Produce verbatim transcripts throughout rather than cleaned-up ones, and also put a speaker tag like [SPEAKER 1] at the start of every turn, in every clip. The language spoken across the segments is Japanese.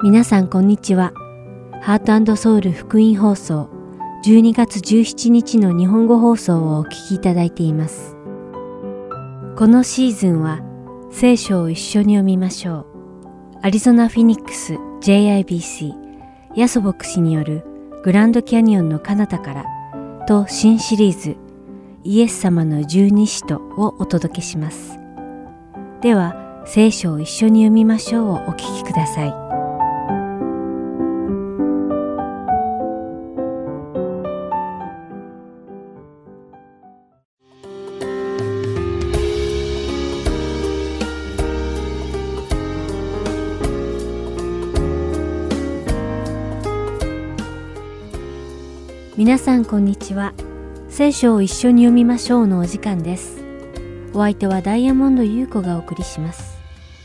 [SPEAKER 1] 皆さんこんにちは。ハート&ソウル福音放送じゅうにがつじゅうしちにちの日本語放送をお聞きいただいています。このシーズンは聖書を一緒に読みましょう。アリゾナ・フィニックス ジェイアイビーシー ヤソ牧師によるグランドキャニオンの彼方からと新シリーズイエス様の十二使徒をお届けします。では聖書を一緒に読みましょうをお聞きください。皆さんこんにちは。聖書を一緒に読みましょうのお時間です。お相手はダイヤモンド優子がお送りします。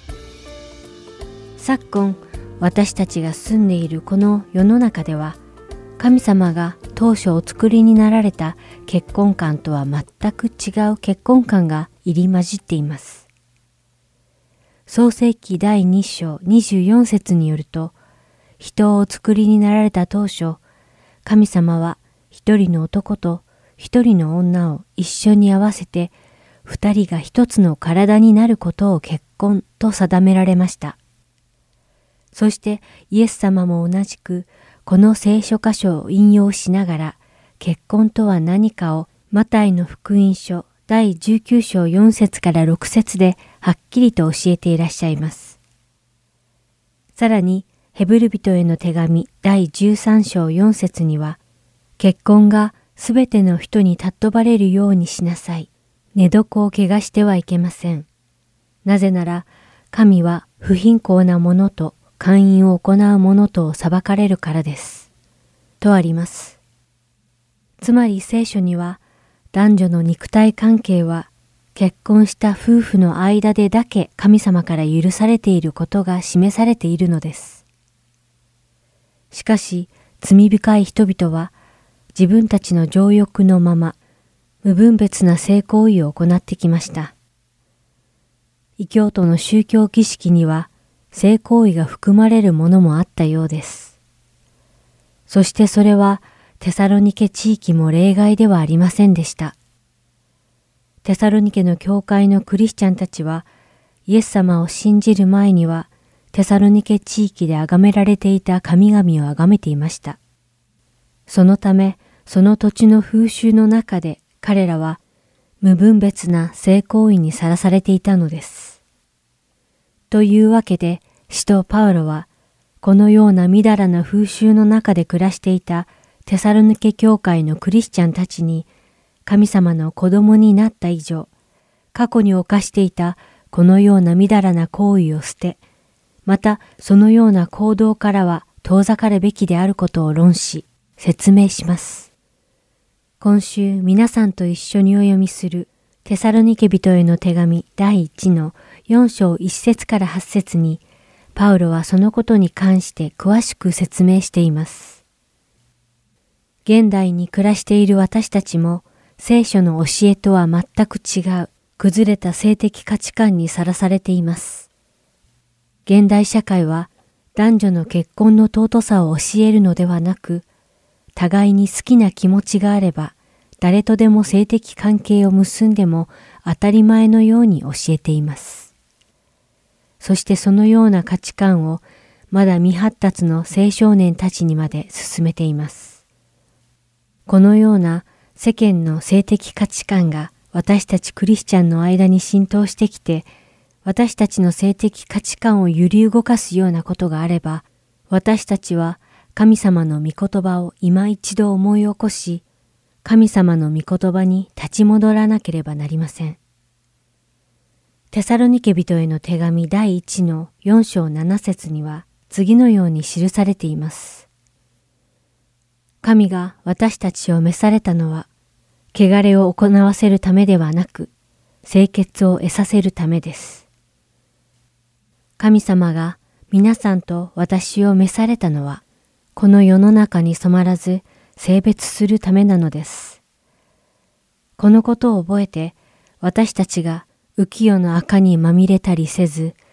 [SPEAKER 1] 昨今、私たちが住んでいるこの世の中では、神様が当初お作りになられた結婚観とは全く違う結婚観が入り混じっています。創世記だいに章にじゅうよん節によると、人をお作りになられた当初、神様は一人の男と一人の女を一緒に合わせて二人が一つの体になることを結婚と定められました。そしてイエス様も同じくこの聖書箇所を引用しながら結婚とは何かをマタイの福音書だいじゅうきゅう章よん節からろく節ではっきりと教えていらっしゃいます。さらにヘブル人への手紙だいじゅうさん章よん節には結婚がすべての人に尊ばれるようにしなさい。寝床を汚してはいけません。なぜなら、神は不貧困な者と姦淫を行う者とを裁かれるからです。とあります。つまり聖書には、男女の肉体関係は結婚した夫婦の間でだけ神様から許されていることが示されているのです。しかし、罪深い人々は、自分たちの情欲のまま、無分別な性行為を行ってきました。異教徒の宗教儀式には、性行為が含まれるものもあったようです。そしてそれは、テサロニケ地域も例外ではありませんでした。テサロニケの教会のクリスチャンたちは、イエス様を信じる前には、テサロニケ地域で崇められていた神々を崇めていました。そのため、その土地の風習の中で彼らは無分別な性行為にさらされていたのです。というわけで、使徒パウロは、このようなみだらな風習の中で暮らしていたテサロニケ教会のクリスチャンたちに、神様の子供になった以上、過去に犯していたこのようなみだらな行為を捨て、またそのような行動からは遠ざかるべきであることを論し、説明します。今週皆さんと一緒にお読みするテサロニケ人への手紙だいいちのよん章いち節からはち節に、パウロはそのことに関して詳しく説明しています。現代に暮らしている私たちも聖書の教えとは全く違う崩れた性的価値観にさらされています。現代社会は男女の結婚の尊さを教えるのではなく、互いに好きな気持ちがあれば、誰とでも性的関係を結んでも当たり前のように教えています。そしてそのような価値観をまだ未発達の青少年たちにまで進めています。このような世間の性的価値観が私たちクリスチャンの間に浸透してきて、私たちの性的価値観を揺り動かすようなことがあれば、私たちは神様の御言葉を今一度思い起こし、神様の御言葉に立ち戻らなければなりません。テサロニケ人への手紙だいいちのよん章なな節には次のように記されています。神が私たちを召されたのは、汚れを行わせるためではなく、清潔を得させるためです。神様が皆さんと私を召されたのは、この世の中に染まらず性別するためなのです。このことを覚えて、私たちが浮世の垢にまみれたりせず、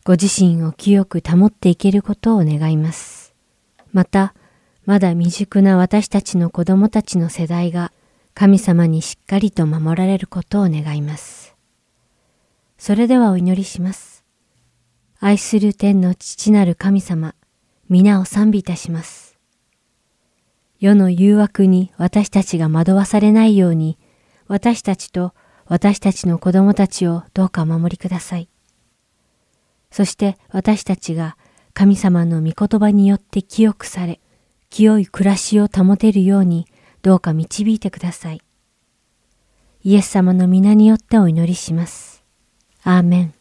[SPEAKER 1] ご自身を清く保っていけることを願います。また、まだ未熟な私たちの子供たちの世代が神様にしっかりと守られることを願います。それではお祈りします。愛する天の父なる神様、皆を賛美いたします。世の誘惑に私たちが惑わされないように、私たちと私たちの子供たちをどうかお守りください。そして私たちが神様の御言葉によって清くされ、清い暮らしを保てるようにどうか導いてください。イエス様の皆によってお祈りします。アーメン。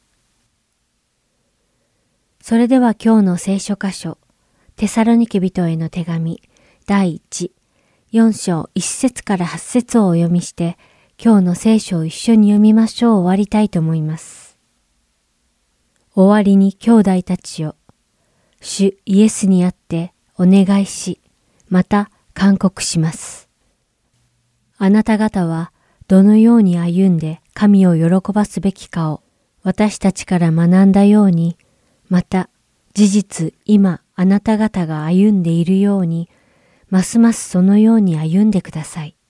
[SPEAKER 1] それでは今日の聖書箇所、テサロニケ人への手紙だいいち、よん章いち節からはち節をお読みして、今日の聖書を一緒に読みましょう。終わりたいと思います。終わりに兄弟たちよ、主イエスにあってお願いし、また勧告します。あなた方はどのように歩んで神を喜ばすべきかを私たちから学んだように、また事実今あなた方が歩んでいるように、ますますそのように歩んでください。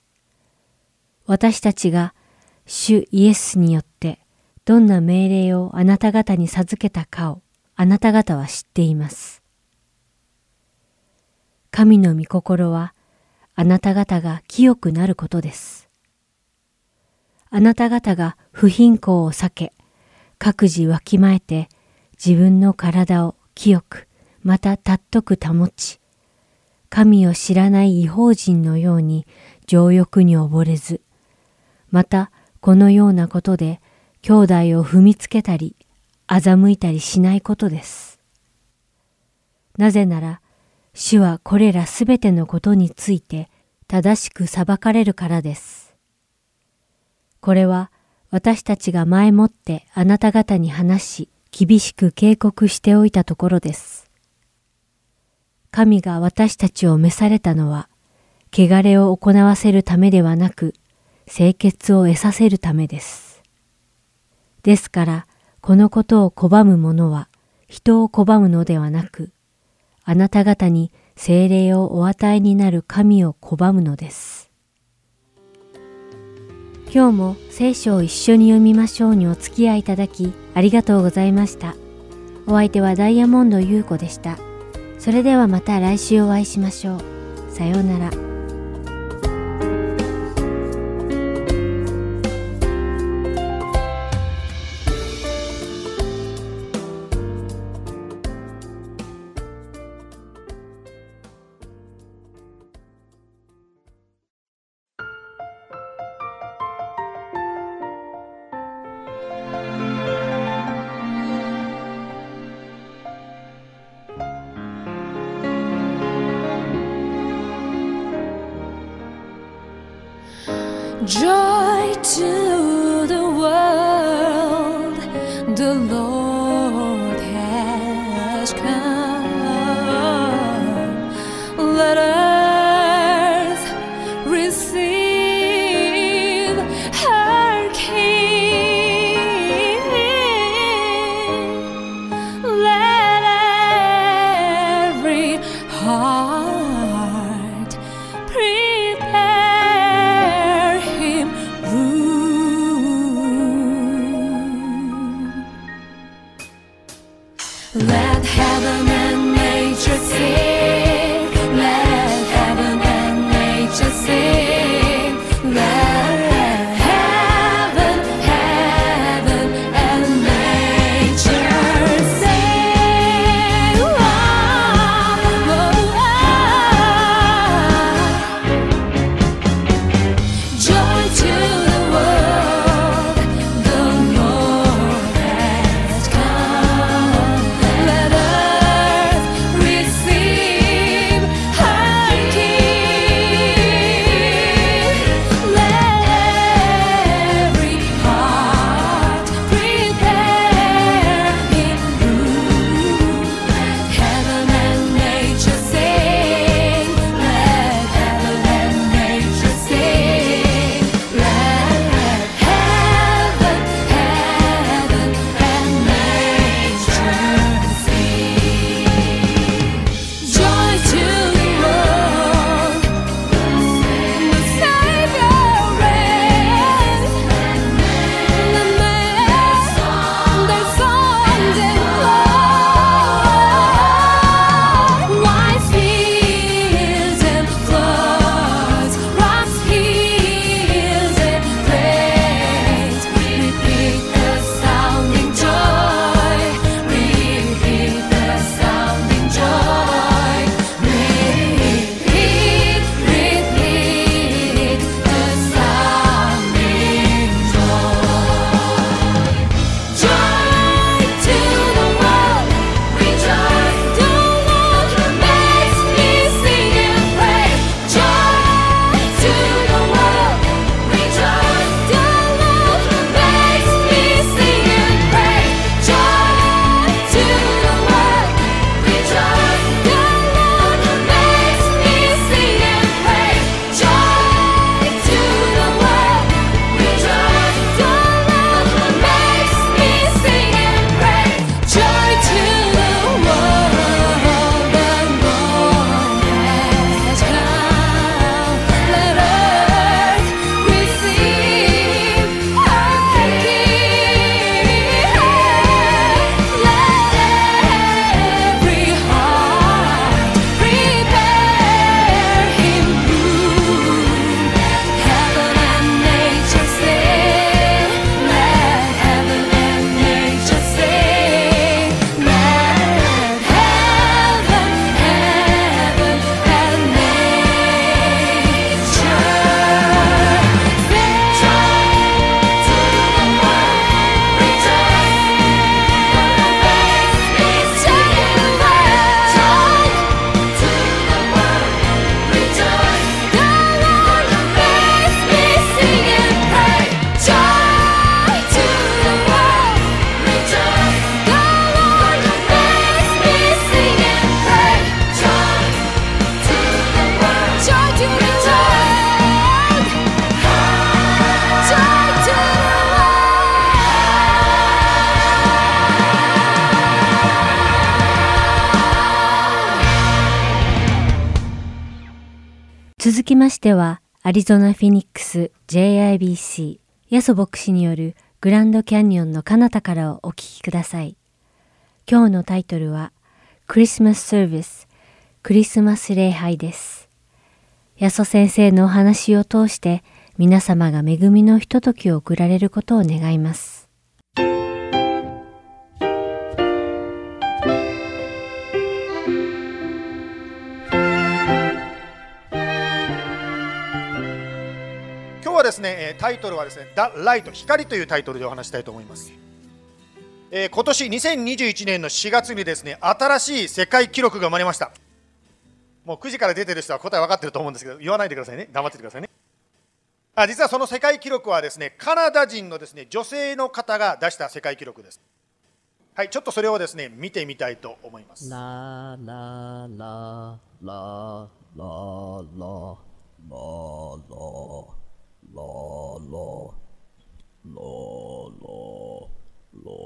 [SPEAKER 1] 私たちが主イエスによってどんな命令をあなた方に授けたかをあなた方は知っています。神の御心はあなた方が清くなることです。あなた方が不貧困を避け、各自わきまえて自分の体を清く、また尊く保ち、神を知らない異邦人のように情欲に溺れず、またこのようなことで兄弟を踏みつけたり、欺いたりしないことです。なぜなら、主はこれらすべてのことについて正しく裁かれるからです。これは私たちが前もってあなた方に話し、厳しく警告しておいたところです。神が私たちを召されたのは、汚れを行わせるためではなく、清潔を得させるためです。ですから、このことを拒む者は、人を拒むのではなく、あなた方に聖霊をお与えになる神を拒むのです。今日も聖書を一緒に読みましょうにお付き合いいただき、ありがとうございました。お相手はダイヤモンド優子でした。それではまた来週お会いしましょう。さようなら。
[SPEAKER 2] Joy to the world, the Lord has come. Let earth receive her King. Let every heart prepare Let heaven and nature sing. Let heaven and nature sing. Let heaven, heaven and nature sing. Oh, oh, oh. Joy to the world, the Lord has come. Let earth receive
[SPEAKER 1] 続きましては、アリゾナ・フィニックス ジェイアイビーシー ヤソ牧師によるグランドキャニオンの彼方からをお聞きください。今日のタイトルは、クリスマスサービス、クリスマス礼拝です。ヤソ先生のお話を通して、皆様が恵みのひとときを送られることを願います。
[SPEAKER 3] 今日はですね、タイトルはですね、The Light、光というタイトルでお話したいと思います。えー、今年にせんにじゅういちねんのしがつにですね、新しい世界記録が生まれました。もうくじから出てる人は答え分かってると思うんですけど、言わないでくださいね。黙っててくださいね。あ、実はその世界記録はですね、カナダ人のですね、女性の方が出した世界記録です。はい、ちょっとそれをですね、見てみたいと思います。
[SPEAKER 4] ララララララララララララ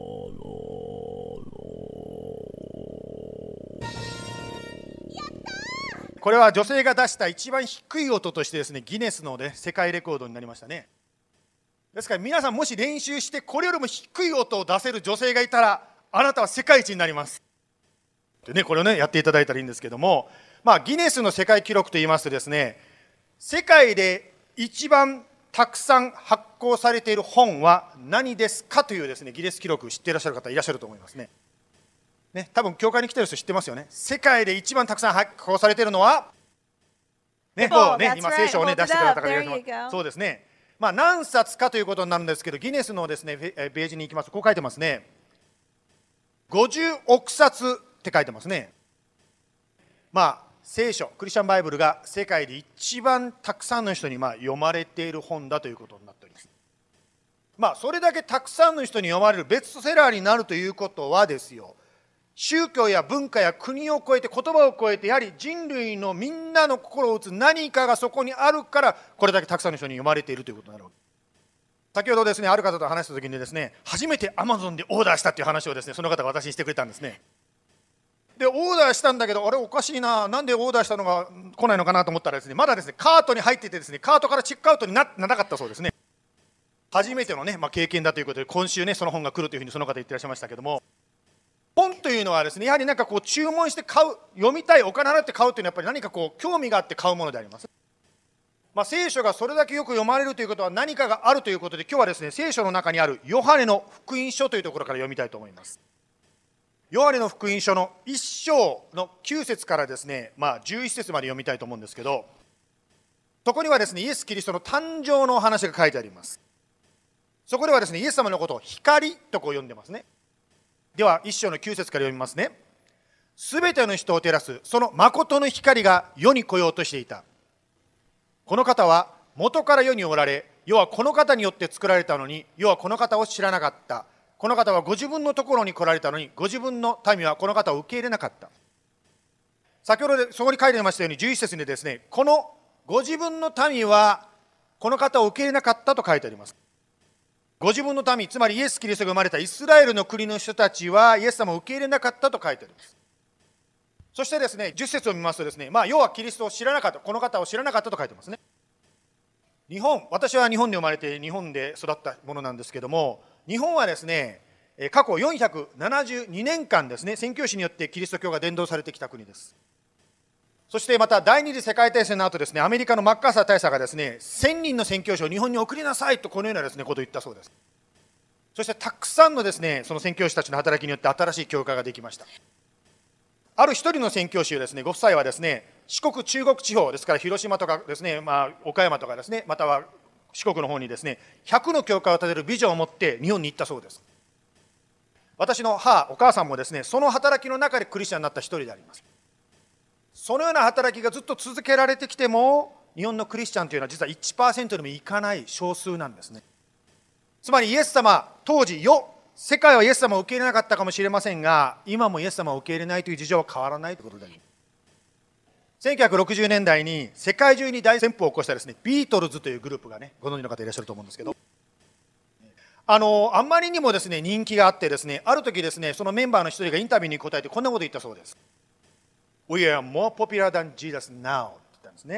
[SPEAKER 3] これは女性が出した一番低い音としてですね、ギネスの、ね、世界レコードになりましたね。ですから皆さんもし練習してこれよりも低い音を出せる女性がいたら、あなたは世界一になります。でね、これをねやっていただいたらいいんですけども、まあギネスの世界記録といいますとですね、世界で一番たくさん発行されている本は何ですかというですね、ギネス記録知っていらっしゃる方いらっしゃると思いますね。ね、多分教会に来てる人知ってますよね。世界で一番たくさん発行されているのは、ね、もうね、今聖書をね出してくれた方がいらっしゃいます。そうですね。まあ何冊かということになるんですけど、ギネスのですねページに行きますとこう書いてますね。ごじゅうおくさつって書いてますね。まあ聖書、クリスチャンバイブルが世界で一番たくさんの人にまあ読まれている本だということになっております。まあそれだけたくさんの人に読まれるベストセラーになるということはですよ、宗教や文化や国を超えて言葉を超えて、やはり人類のみんなの心を打つ何かがそこにあるから、これだけたくさんの人に読まれているということになるわけ。先ほどですね、ある方と話した時にですね、初めてアマゾンでオーダーしたっていう話をですね、その方が私にしてくれたんですね。でオーダーしたんだけど、あれおかしいな、なんでオーダーしたのが来ないのかなと思ったらですね、まだですねカートに入っていてですね、カートからチェックアウトにならなかったそうですね。初めてのね、まあ、経験だということで、今週ねその本が来るというふうにその方言ってらっしゃいましたけども、本というのはですね、やはり何かこう注文して買う、読みたい、お金払って買うというのはやっぱり何かこう興味があって買うものであります。まあ、聖書がそれだけよく読まれるということは何かがあるということで、今日はですね聖書の中にあるヨハネの福音書というところから読みたいと思います。ヨハネの福音書のいっ章のきゅう節からですね、まあ、じゅういち節まで読みたいと思うんですけど、そこにはですねイエス・キリストの誕生のお話が書いてあります。そこではですねイエス様のことを光とこう呼んでますね。ではいっ章のきゅう節から読みますね。すべての人を照らすその誠の光が世に来ようとしていた。この方は元から世におられ、世はこの方によって作られたのに、世はこの方を知らなかった。この方はご自分のところに来られたのに、ご自分の民はこの方を受け入れなかった。先ほどでそこに書いてありましたように、じゅういち節にですね、このご自分の民はこの方を受け入れなかったと書いてあります。ご自分の民、つまりイエス・キリストが生まれたイスラエルの国の人たちはイエス様を受け入れなかったと書いてあります。そしてですね、じゅっ節を見ますとですね、まあ要はキリストを知らなかった、この方を知らなかったと書いてますね。日本、私は日本で生まれて日本で育ったものなんですけども、日本はですね、過去よんひゃくななじゅうにねんかんですね、宣教師によってキリスト教が伝道されてきた国です。そしてまた第二次世界大戦の後ですね、アメリカのマッカーサー大佐がですね、せんにんの宣教師を日本に送りなさいとこのようなですねことを言ったそうです。そしてたくさんのですね、その宣教師たちの働きによって新しい教会ができました。ある一人の宣教師をですね、ご夫妻はですね、四国中国地方ですから広島とかですね、まあ、岡山とかですね、または四国の方にですね、ひゃくの教会を建てるビジョンを持って日本に行ったそうです。私の母、お母さんもですね、その働きの中でクリスチャンになった一人であります。そのような働きがずっと続けられてきても、日本のクリスチャンというのは実は いちパーセント でもいかない少数なんですね。つまりイエス様、当時よ、世界はイエス様を受け入れなかったかもしれませんが、今もイエス様を受け入れないという事情は変わらないということであります。せんきゅうひゃくろくじゅうねんだいに世界中に大旋風を起こしたですね、ビートルズというグループがね、ご存知の方いらっしゃると思うんですけど、あのあんまりにもですね人気があってですね、ある時ですね、そのメンバーの一人がインタビューに答えてこんなことを言ったそうです。We are more popular than Jesus now って言ったんですね。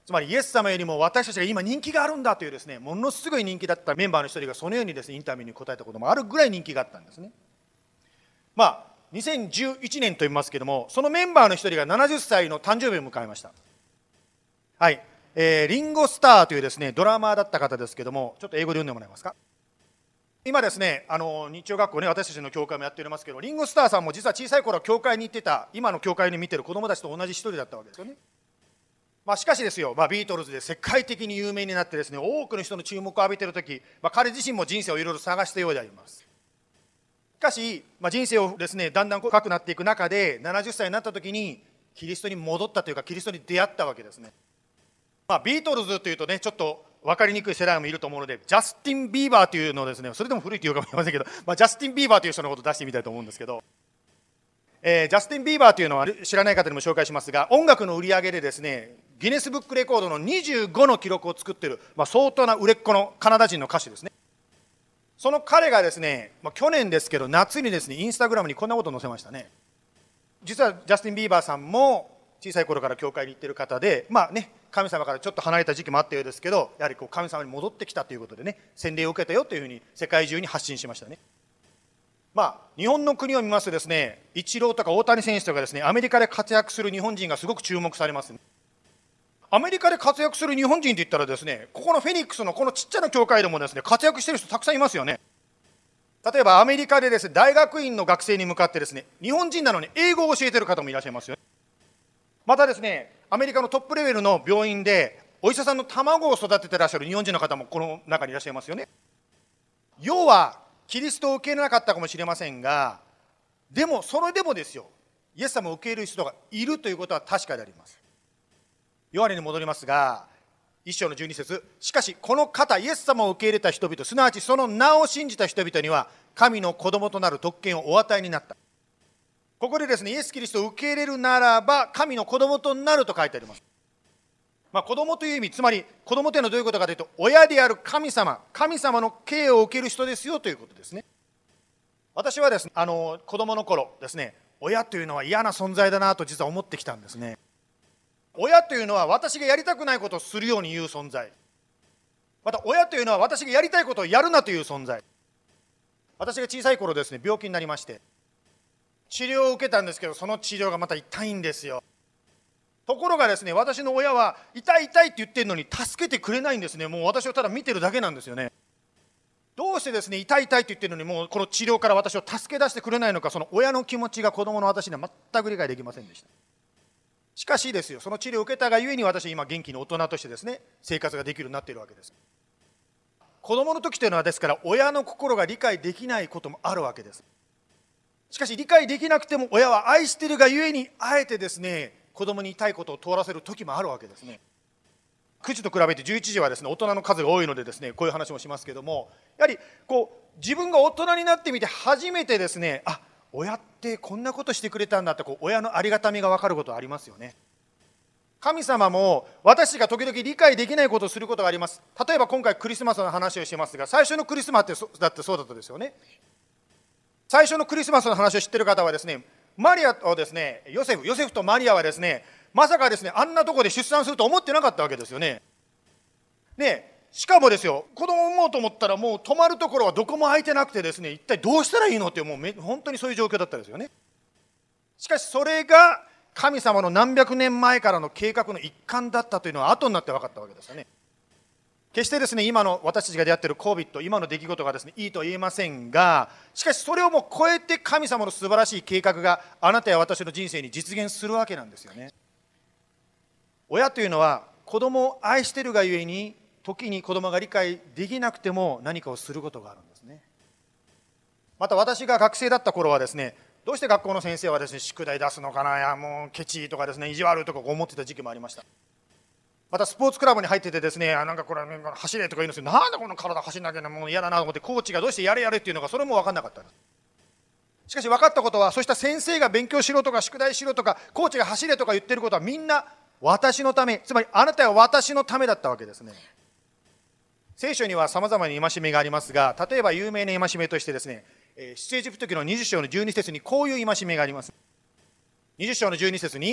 [SPEAKER 3] つまりイエス様よりも私たちが今人気があるんだというですね、ものすごい人気だったメンバーの一人がそのようにですね、インタビューに答えたこともあるぐらい人気があったんですね。まあにせんじゅういちねんと言いますけれども、そのメンバーの一人がななじゅっさいの誕生日を迎えました。はい、えー、リンゴスターというですねドラマーだった方ですけれども、ちょっと英語で読んでもらえますか。今ですね、あの日曜学校ね、私たちの教会もやっておりますけど、リンゴスターさんも実は小さい頃は教会に行ってた、今の教会に見てる子供たちと同じ一人だったわけですよね。まあ、しかしですよ、まあ、ビートルズで世界的に有名になってですね、多くの人の注目を浴びているとき、まあ、彼自身も人生をいろいろ探したようであります。しかし、まあ、人生をですねだんだん深くなっていく中で、ななじゅっさいになったときにキリストに戻ったというか、キリストに出会ったわけですね。まあ、ビートルズというとね、ちょっと分かりにくい世代もいると思うので、ジャスティン・ビーバーというのをですね、それでも古いというかもしれませんけど、まあ、ジャスティン・ビーバーという人のことを出してみたいと思うんですけど、えー、ジャスティン・ビーバーというのは知らない方にも紹介しますが、音楽の売り上げでですね、ギネスブックレコードのにじゅうごの記録を作っている、まあ、相当な売れっ子のカナダ人の歌手ですね。その彼がですね、まあ、去年ですけど夏にですねインスタグラムにこんなことを載せましたね。実はジャスティン・ビーバーさんも小さい頃から教会に行っている方で、まあね、神様からちょっと離れた時期もあったようですけど、やはりこう神様に戻ってきたということでね、洗礼を受けたよというふうに世界中に発信しましたね。まあ、日本の国を見ますとですね、イチローとか大谷選手とかですね、アメリカで活躍する日本人がすごく注目されますね。アメリカで活躍する日本人って言ったらですね、ここのフェニックスのこのちっちゃな教会でもですね、活躍している人たくさんいますよね。例えばアメリカでですね、大学院の学生に向かってですね、日本人なのに英語を教えている方もいらっしゃいますよ。またですね、アメリカのトップレベルの病院でお医者さんの卵を育てていらっしゃる日本人の方もこの中にいらっしゃいますよね。要はキリストを受け入れなかったかもしれませんが、でもそれでもですよ、イエス様を受け入れる人がいるということは確かであります。ヨハネに戻りますが、一章のじゅうに節、しかしこの方イエス様を受け入れた人々、すなわちその名を信じた人々には神の子供となる特権をお与えになった。ここでですね、イエス・キリストを受け入れるならば神の子供となると書いてあります。まあ、子供という意味、つまり子供というのはどういうことかというと、親である神様、神様の刑を受ける人ですよということですね。私はですね、あの子供の頃ですね、親というのは嫌な存在だなと実は思ってきたんですね。親というのは私がやりたくないことをするように言う存在。また親というのは私がやりたいことをやるなという存在。私が小さい頃ですね、病気になりまして、治療を受けたんですけど、その治療がまた痛いんですよ。ところがですね、私の親は痛い痛いって言ってるのに助けてくれないんですね。もう私をただ見てるだけなんですよね。どうしてですね、痛い痛いって言ってるのにもうこの治療から私を助け出してくれないのか、その親の気持ちが子供の私には全く理解できませんでした。しかしですよ、その治療を受けたがゆえに私は今元気に大人としてですね、生活ができるようになっているわけです。子供の時というのはですから、親の心が理解できないこともあるわけです。しかし理解できなくても親は愛しているがゆえに、あえてですね、子供に言いたいことを通らせる時もあるわけですね。くじと比べてじゅういちじはですね、大人の数が多いのでですね、こういう話もしますけども、やはりこう自分が大人になってみて初めてですね、あ、親ってこんなことしてくれたんだって、こう親のありがたみが分かることはありますよね。神様も私が時々理解できないことをすることがあります。例えば今回クリスマスの話をしてますが、最初のクリスマスってだってそうだったですよね。最初のクリスマスの話を知っている方はですね、マリアとですね、ヨセフ、ヨセフとマリアはですね、まさかですね、あんなところで出産すると思ってなかったわけですよね。で、しかもですよ、子供を産もうと思ったらもう泊まるところはどこも空いてなくてですね、一体どうしたらいいのっていう、もうめ本当にそういう状況だったんですよね。しかしそれが神様の何百年前からの計画の一環だったというのは後になって分かったわけですよね。決してですね、今の私たちが出会っている コビッド、今の出来事がですね、いいとは言えませんが、しかしそれをもう超えて神様の素晴らしい計画があなたや私の人生に実現するわけなんですよね。親というのは子供を愛しているがゆえに、時に子供が理解できなくても何かをすることがあるんですね。また私が学生だった頃はですね、どうして学校の先生はですね、宿題出すのかな、いやもうケチとかですね、意地悪とか思ってた時期もありました。またスポーツクラブに入っててですね、あなんかこれ走れとか言うんですよ。なんでこの体走んなきゃもう嫌だなと思って、コーチがどうしてやれやれっていうのか、それも分かんなかったんです。しかし分かったことは、そうした先生が勉強しろとか宿題しろとかコーチが走れとか言ってることはみんな私のため、つまりあなたは私のためだったわけですね。聖書にはさまざまな戒めがありますが、例えば有名な戒めとしてですね、出エジプト記のにじゅっ章のじゅうに節にこういう戒めがあります。にじゅっ章のじゅうに節に、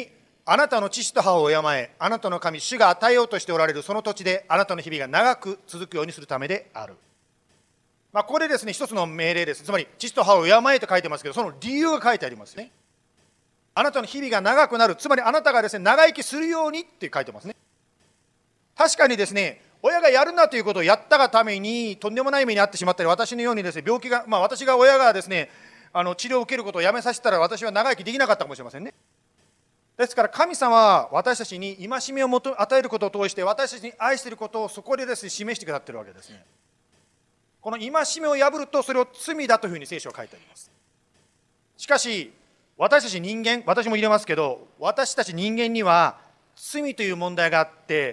[SPEAKER 3] あなたの父と母を敬え、あなたの神、主が与えようとしておられるその土地であなたの日々が長く続くようにするためである。まあ、ここでですね、一つの命令です。つまり、父と母を敬えと書いてますけど、その理由が書いてありますね。あなたの日々が長くなる、つまりあなたがですね、長生きするようにって書いてますね。確かにですね、親がやるなということをやったがために、とんでもない目に遭ってしまったり、私のようにですね、病気が、まあ、私が親がですね、あの治療を受けることをやめさせたら、私は長生きできなかったかもしれませんね。ですから神様は私たちに戒めをもと与えることを通して私たちに愛していることをそこでですね示してくださっているわけですね。この戒めを破るとそれを罪だというふうに聖書は書いてあります。しかし私たち人間、私も入れますけど、私たち人間には罪という問題があって、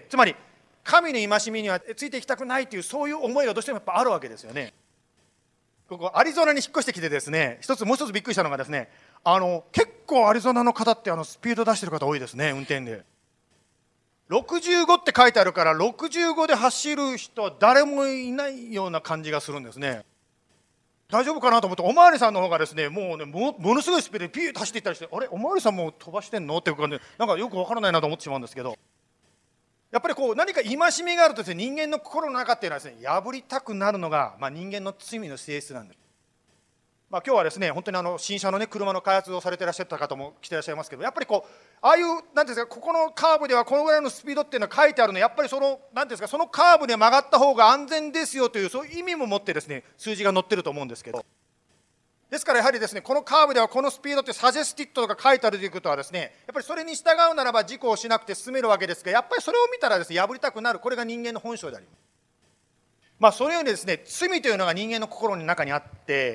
[SPEAKER 3] つまり神の戒めにはついていきたくないというそういう思いがどうしてもやっぱあるわけですよね。ここアリゾナに引っ越してきてですね、一つもう一つびっくりしたのがですね、あの結構アリゾナの方ってあのスピード出してる方多いですね、運転で。ろくじゅうごって書いてあるからろくじゅうごで走る人は誰もいないような感じがするんですね。大丈夫かなと思って、おまわりさんの方がですね、もうね も, ものすごいスピードでピューッと走っていったりして、あれおまわりさんも飛ばしてんのっていう感じで、なんかよくわからないなと思ってしまうんですけど、やっぱりこう何か戒めがあるとですね、人間の心の中っていうのはですね、破りたくなるのが、まあ、人間の罪の性質なんです。まあ、今日はですね、本当にあの新車のね車の開発をされていらっしゃった方も来ていらっしゃいますけど、やっぱりこうああいうなんていうんですか、ここのカーブではこのぐらいのスピードっていうのが書いてあるのは、やっぱりそのなんていうんですか、そのカーブで曲がった方が安全ですよというそういう意味も持ってですね数字が載ってると思うんですけど、ですからやはりですね、このカーブではこのスピードってサジェスティッドとか書いてあるということはですね、やっぱりそれに従うならば事故をしなくて済めるわけですが、やっぱりそれを見たらですね破りたくなる、これが人間の本性であります。まあそのようにですね、罪というのが人間の心の中にあって、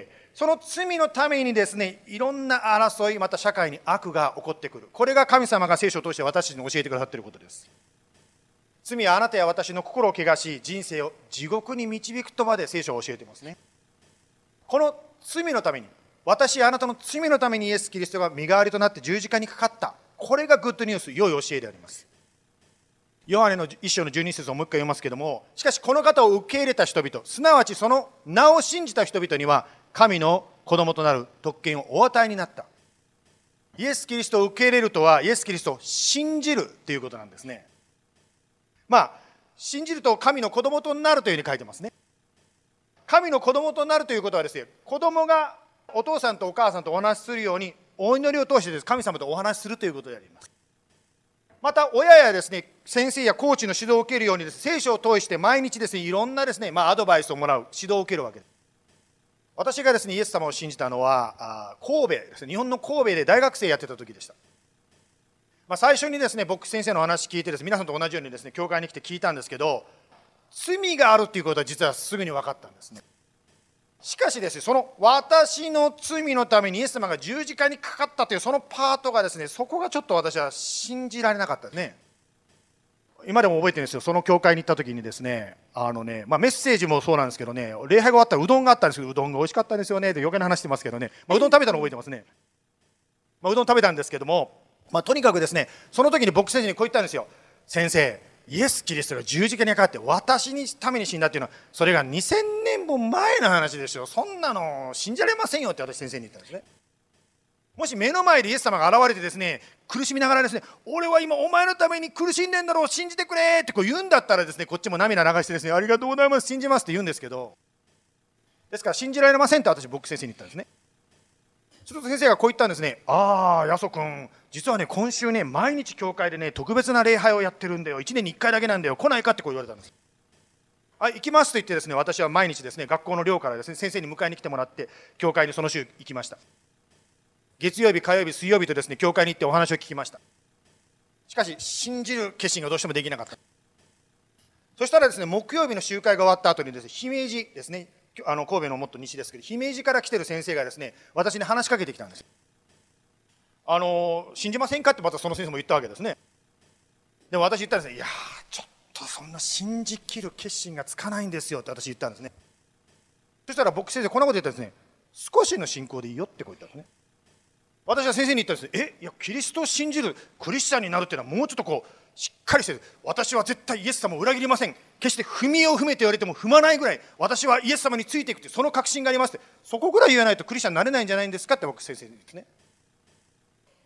[SPEAKER 3] その罪のためにですね、いろんな争い、また社会に悪が起こってくる。これが神様が聖書を通して私たちに教えてくださっていることです。罪はあなたや私の心を汚し、人生を地獄に導くとまで聖書を教えていますね。この罪のために、私やあなたの罪のためにイエス・キリストが身代わりとなって十字架にかかった。これがグッドニュース、良い教えであります。ヨハネの一章のじゅうに節をもう一回読みますけれども、しかしこの方を受け入れた人々、すなわちその名を信じた人々には、神の子供となる特権をお与えになった。イエス・キリストを受け入れるとは、イエス・キリストを信じるということなんですね。まあ、信じると神の子供となるというふうに書いてますね。神の子供となるということはですね、子供がお父さんとお母さんとお話しするように、お祈りを通してです、神様とお話しするということであります。また親やですね、先生やコーチの指導を受けるようにです、聖書を通して毎日ですね、いろんなですね、まあ、アドバイスをもらう、指導を受けるわけです。私がですね、イエス様を信じたのは神戸ですね、日本の神戸で大学生やってた時でした。まあ、最初にですね、僕先生の話聞いてです、皆さんと同じようにですね、教会に来て聞いたんですけど、罪があるということは実はすぐに分かったんですね。しかしですね、その私の罪のためにイエス様が十字架にかかったというそのパートがですね、そこがちょっと私は信じられなかったですね。今でも覚えてるんですよ。その教会に行った時にですね、あのね、まあ、メッセージもそうなんですけどね、礼拝が終わったらうどんがあったんですけど、うどんが美味しかったんですよねって余計な話してますけどね、まあ、うどん食べたの覚えてますね。まあ、うどん食べたんですけども、まあ、とにかくですね、その時に僕先生にこう言ったんですよ。先生、イエス・キリストが十字架にかかって私にために死んだっていうのは、それがにせんねんも前の話ですよ。そんなの信じられませんよって私先生に言ったんですね。もし目の前でイエス様が現れてですね、苦しみながらですね、俺は今お前のために苦しんでんだろう、信じてくれってこう言うんだったらですね、こっちも涙流してですね、ありがとうございます、信じますって言うんですけど、ですから信じられませんって私僕先生に言ったんですね。すると先生がこう言ったんですね。ああ、ヤソ君、実はね、今週ね、毎日教会でね、特別な礼拝をやってるんだよ。いちねんにいっかいだけなんだよ。来ないかってこう言われたんです。はい、行きますと言ってですね、私は毎日ですね、学校の寮からですね、先生に迎えに来てもらって、教会にその週行きました。月曜日、火曜日、水曜日とですね、教会に行ってお話を聞きました。しかし、信じる決心がどうしてもできなかった。そしたらですね、木曜日の集会が終わった後にですね、姫路ですね、あの神戸のもっと西ですけど、姫路から来てる先生がですね、私に話しかけてきたんです。あの信じませんかってまたその先生も言ったわけですね。でも私言ったんですね、いやー、ちょっとそんな信じきる決心がつかないんですよって私言ったんですね。そしたら僕先生こんなこと言ったんですね。少しの信仰でいいよってこう言ったんですね。私は先生に言ったんですね。え、いや、キリストを信じるクリスチャンになるっていうのはもうちょっとこうしっかりしてる。私は絶対イエス様を裏切りません。決して踏み絵を踏めと言われても踏まないぐらい、私はイエス様についていくというその確信がありますって、そこぐらい言わないとクリスチャンになれないんじゃないんですかって僕先生に言うんですね。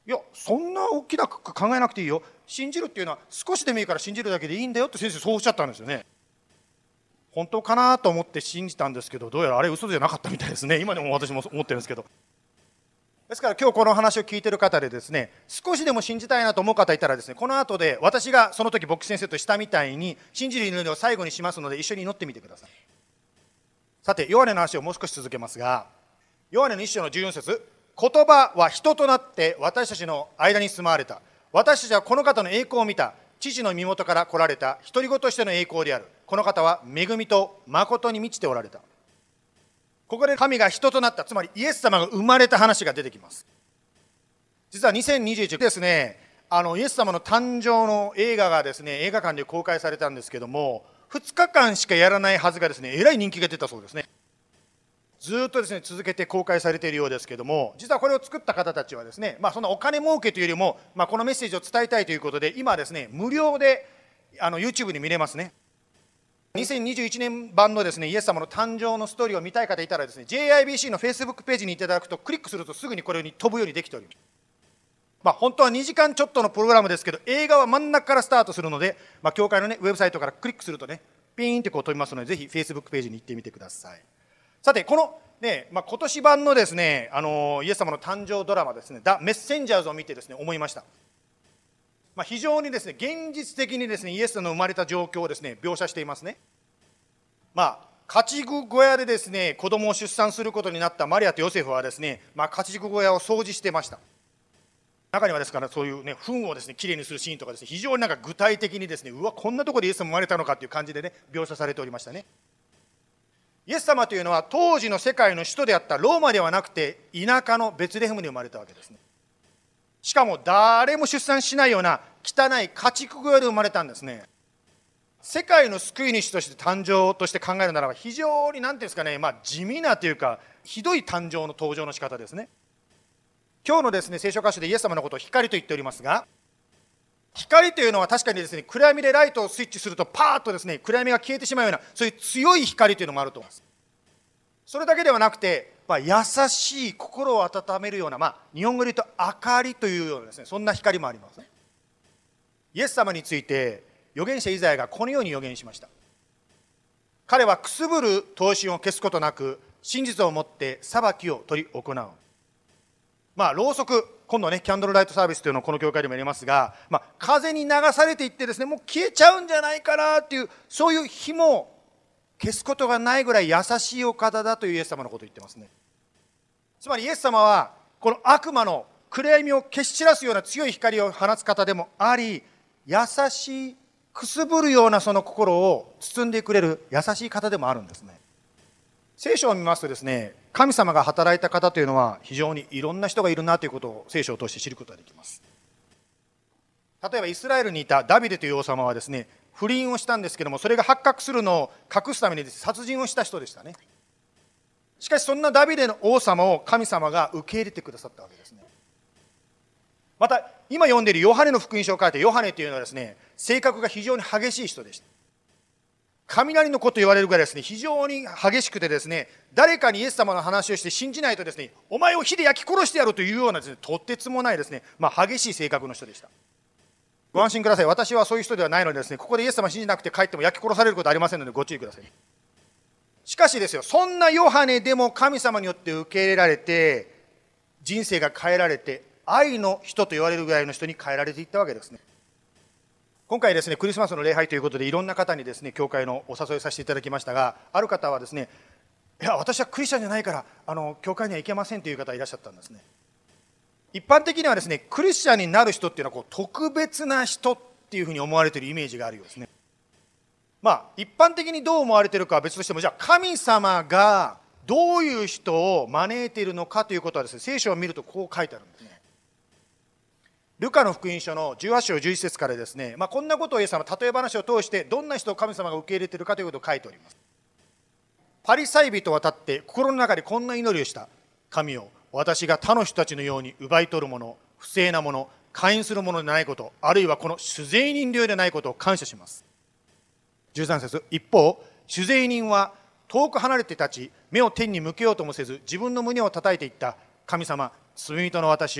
[SPEAKER 3] いやそんな大きなく考えなくていいよ、信じるっていうのは少しでもいいから信じるだけでいいんだよって先生そうおっしゃったんですよね。本当かなと思って信じたんですけど、どうやらあれ嘘じゃなかったみたいですね。今でも私も思ってるんですけど、ですから今日この話を聞いている方でですね、少しでも信じたいなと思う方いたらですね、この後で私がその時牧師先生としたみたいに信じる祈りを最後にしますので一緒に祈ってみてください。さてヨハネの話をもう少し続けますが、ヨハネの一章のじゅうよん節、言葉は人となって私たちの間に住まわれた。私たちはこの方の栄光を見た。父の身元から来られた独り子としての栄光である。この方は恵みと誠に満ちておられた。ここで神が人となった、つまりイエス様が生まれた話が出てきます。実はにせんにじゅういちですね、あのイエス様の誕生の映画がですね映画館で公開されたんですけども、ふつかかんしかやらないはずがですねえらい人気が出たそうですね。ずっとですね続けて公開されているようですけども、実はこれを作った方たちはですね、まあ、そんなお金儲けというよりも、まあ、このメッセージを伝えたいということで今ですね無料であの YouTube で見れますね。にせんにじゅういちねん版のですねイエス様の誕生のストーリーを見たい方いたらですね ジェイアイビーシー の Facebook ページにいただくとクリックするとすぐにこれに飛ぶようにできております。まあ、本当はにじかんちょっとのプログラムですけど、映画は真ん中からスタートするので、まあ、教会の、ね、ウェブサイトからクリックするとねピーンってこう飛びますので、ぜひ Facebook ページに行ってみてください。さてこのね、まあ、今年版のですね、あのイエス様の誕生ドラマですね、ザ・メッセンジャーズを見てですね思いました。まあ、非常にですね現実的にですねイエスの生まれた状況をですね描写していますね。まあ家畜小屋でですね子供を出産することになったマリアとヨセフはですね、まあ、家畜小屋を掃除してました。中にはですからそういうね糞をですねきれいにするシーンとかですね、非常になんか具体的にですね、うわこんなところでイエス様生まれたのかという感じでね描写されておりましたね。イエス様というのは当時の世界の首都であったローマではなくて田舎のベツレヘムに生まれたわけですね。しかも誰も出産しないような汚い家畜小屋で生まれたんですね。世界の救い主として誕生として考えるならば非常に何ていうんですかね、まあ、地味なというかひどい誕生の登場の仕方ですね。今日のですね聖書箇所でイエス様のことを光と言っておりますが、光というのは確かにですね暗闇でライトをスイッチするとパーッとですね暗闇が消えてしまうようなそういう強い光というのもあると思います。それだけではなくて、まあ、優しい心を温めるような、まあ、日本語で言うと明かりというようなですねそんな光もありますね。イエス様について預言者イザヤがこのように預言しました。彼はくすぶる闘身を消すことなく真実をもって裁きを取り行う。まあ、ろうそく、今度ねキャンドルライトサービスというのをこの教会でもやりますが、まあ、風に流されていってですねもう消えちゃうんじゃないかなっていうそういう火も消すことがないぐらい優しいお方だというイエス様のことを言ってますね。つまりイエス様はこの悪魔の暗闇を消し散らすような強い光を放つ方でもあり、優しいくすぶるようなその心を包んでくれる優しい方でもあるんですね。聖書を見ますとですね、神様が働いた方というのは非常にいろんな人がいるなということを聖書を通して知ることができます。例えばイスラエルにいたダビデという王様はですね不倫をしたんですけども、それが発覚するのを隠すために殺人をした人でしたね。しかしそんなダビデの王様を神様が受け入れてくださったわけですね。また今読んでいるヨハネの福音書を書いたヨハネというのはですね性格が非常に激しい人でした。雷の子と言われるぐらいですね非常に激しくてですね、誰かにイエス様の話をして信じないとですねお前を火で焼き殺してやるというようなですねとてつもないですね、まあ、激しい性格の人でした。ご安心ください。私はそういう人ではないのでですね、ここでイエス様を信じなくて帰っても焼き殺されることはありませんのでご注意ください。しかしですよ、そんなヨハネでも神様によって受け入れられて人生が変えられて愛の人と言われるぐらいの人に変えられていったわけですね。今回ですねクリスマスの礼拝ということでいろんな方にですね教会のお誘いさせていただきましたが、ある方はですね、いや私はクリスチャンじゃないからあの教会には行けませんという方がいらっしゃったんですね。一般的にはですねクリスチャンになる人っていうのはこう特別な人っていうふうに思われているイメージがあるようですね。まあ一般的にどう思われているかは別としても、じゃあ神様がどういう人を招いているのかということはですね聖書を見るとこう書いてあるんですね。ルカの福音書のじゅうはち章じゅういち節からですね、まあ、こんなことをイエス様例え話を通してどんな人を神様が受け入れているかということを書いております。パリサイ人は立って心の中でこんな祈りをした。神よ、私が他の人たちのように奪い取るもの、不正なもの、姦淫するものでないこと、あるいはこの酒税人流でないことを感謝します。じゅうさん節、一方酒税人は遠く離れて立ち目を天に向けようともせず自分の胸を叩いていった。神様、罪人の私を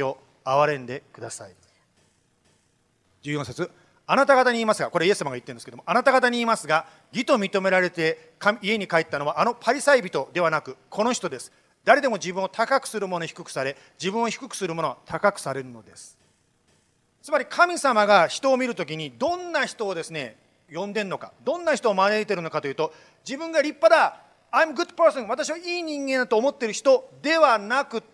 [SPEAKER 3] 憐れんでください。じゅうよん節、あなた方に言いますが、これイエス様が言ってるんですけども、あなた方に言いますが、義と認められて家に帰ったのはあのパリサイ人ではなくこの人です。誰でも自分を高くする者は低くされ、自分を低くする者は高くされるのです。つまり神様が人を見るときにどんな人をですね呼んでるのか、どんな人を招いているのかというと、自分が立派だ、I'm a good person、私はいい人間だと思っている人ではなくって、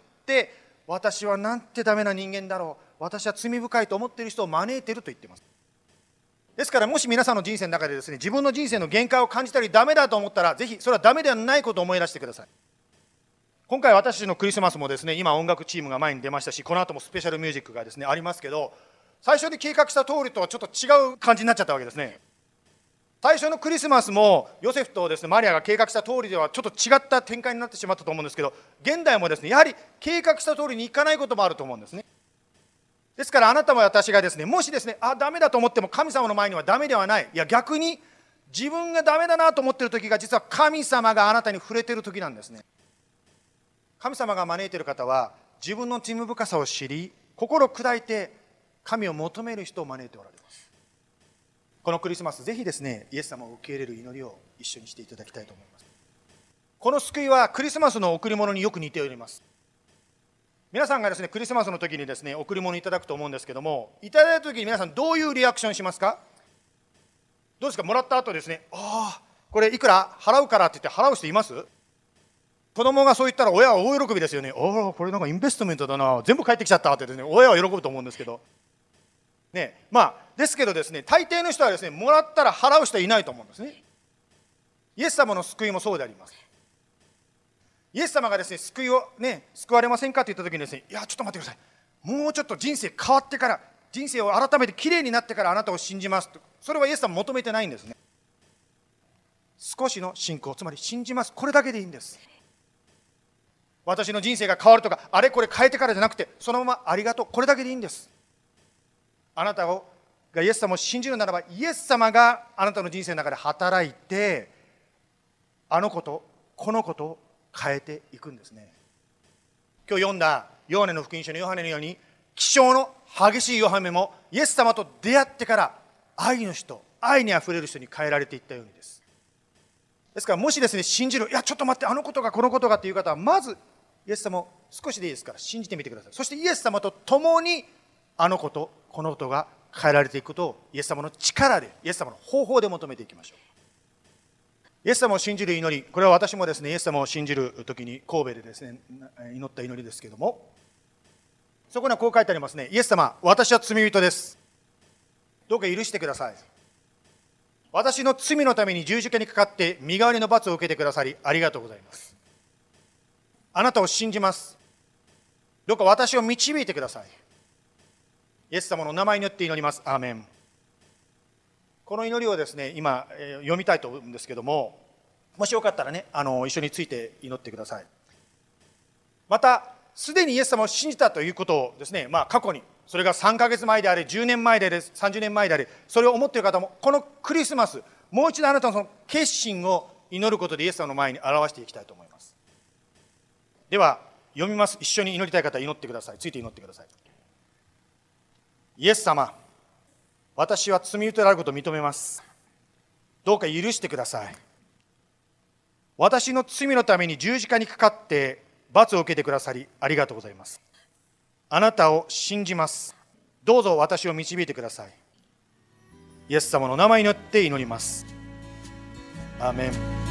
[SPEAKER 3] 私はなんてダメな人間だろう、私は罪深いと思っている人を招いていると言っています。ですからもし皆さんの人生の中でですね、自分の人生の限界を感じたりダメだと思ったら、ぜひそれはダメではないことを思い出してください。今回私のクリスマスもですね、今音楽チームが前に出ましたし、この後もスペシャルミュージックがですねありますけど、最初に計画した通りとはちょっと違う感じになっちゃったわけですね。最初のクリスマスもヨセフとですねマリアが計画した通りではちょっと違った展開になってしまったと思うんですけど、現代もですねやはり計画した通りにいかないこともあると思うんですね。ですからあなたも私がですね、もしですねあダメだと思っても神様の前にはダメではない、いや逆に自分がダメだなと思っている時が実は神様があなたに触れている時なんですね。神様が招いている方は自分の罪深さを知り、心を砕いて神を求める人を招いておられます。このクリスマスぜひですねイエス様を受け入れる祈りを一緒にしていただきたいと思います。この救いはクリスマスの贈り物によく似ております。皆さんがですねクリスマスの時にですね贈り物いただくと思うんですけども、いただいた時に皆さんどういうリアクションしますか？どうですか？もらった後ですね、ああこれいくら払うからって言って払う人います？子供がそう言ったら親は大喜びですよね。ああこれなんかインベストメントだな、全部返ってきちゃったってですね親は喜ぶと思うんですけどね。まあですけどですね、大抵の人はですねもらったら払う人はいないと思うんですね。イエス様の救いもそうであります。イエス様がですね救いをね救われませんかと言った時にですね、いやちょっと待ってください、もうちょっと人生変わってから、人生を改めてきれいになってからあなたを信じますと、それはイエス様求めてないんですね。少しの信仰、つまり信じます、これだけでいいんです。私の人生が変わるとかあれこれ変えてからじゃなくて、そのままありがとう、これだけでいいんです。あなたをがイエス様を信じるならば、イエス様があなたの人生の中で働いて、あのことこのことを変えていくんですね。今日読んだヨハネの福音書のヨハネのように、気性の激しいヨハネもイエス様と出会ってから愛の人、愛にあふれる人に変えられていったようにです。ですからもしですね信じる、いやちょっと待ってあのことがこのことがという方は、まずイエス様を少しでいいですから信じてみてください。そしてイエス様と共にあのことこのことが変えられていくことをイエス様の力で、イエス様の方法で求めていきましょう。イエス様を信じる祈り、これは私もですねイエス様を信じる時に神戸でですね祈った祈りですけれども、そこにはこう書いてありますね。イエス様、私は罪人です、どうか許してください。私の罪のために十字架にかかって身代わりの罰を受けてくださりありがとうございます。あなたを信じます、どうか私を導いてください。イエス様の名前によって祈ります。アーメン。この祈りをですね今、えー、読みたいと思うんですけども、もしよかったらねあの一緒について祈ってください。またすでにイエス様を信じたということをですね、まあ、過去にそれがさんかげつまえであれじゅうねんまえであれさんじゅうねんまえであれ、それを思っている方もこのクリスマスもう一度あなたのその決心を祈ることでイエス様の前に表していきたいと思います。では読みます。一緒に祈りたい方は祈ってください。ついて祈ってください。イエス様、私は罪人であることを認めます、どうか許してください。私の罪のために十字架にかかって罰を受けてくださりありがとうございます。あなたを信じます、どうぞ私を導いてください。イエス様の名前によって祈ります。アーメン。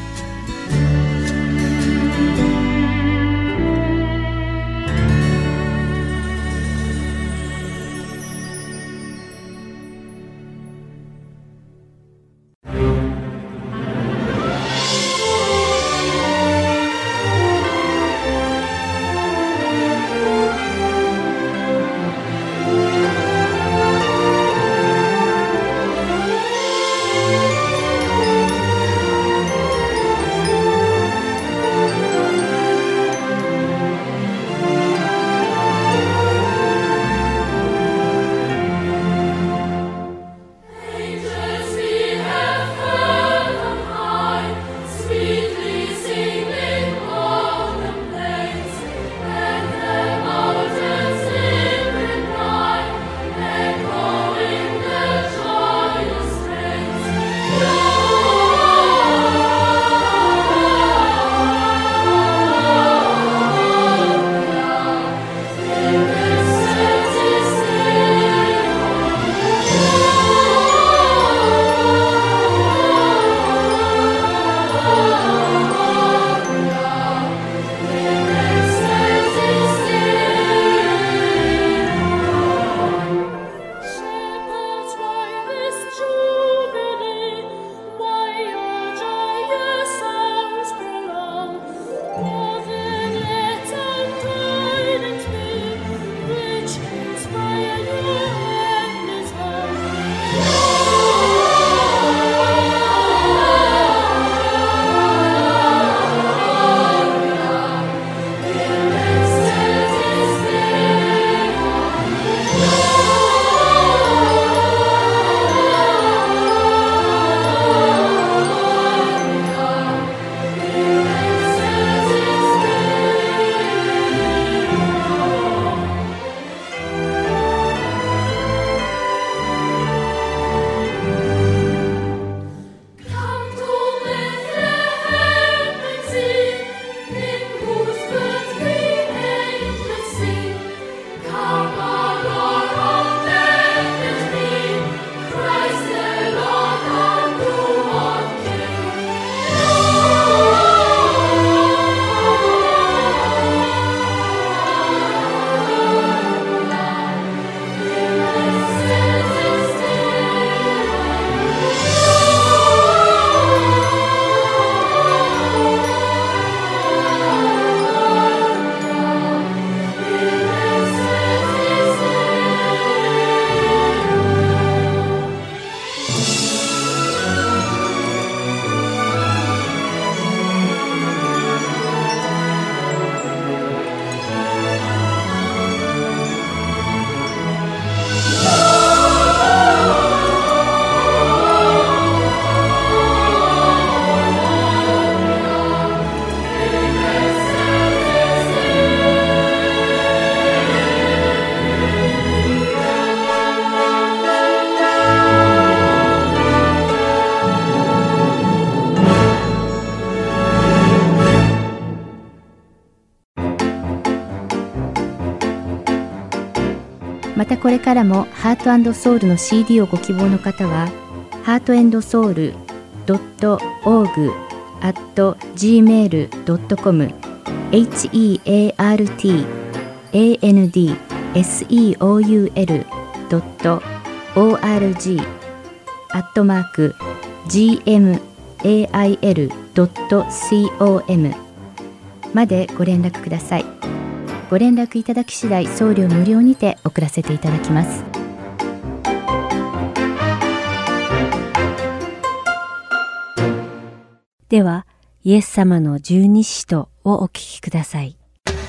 [SPEAKER 1] またこれからもハート&ソウルの シーディー をご希望の方は、ハート&ソウル ドット オーグ アット ジーメール ドットコム エイチ イー エー アール ティー エー エヌ ディー エス イー オー ユー エル ドット オーアールジー アットマーク ジーエム エーアイエル ドット コム までご連絡ください。ご連絡いただき次第、送料無料にて送らせていただきます。では、イエス様の十二使徒をお聞きください。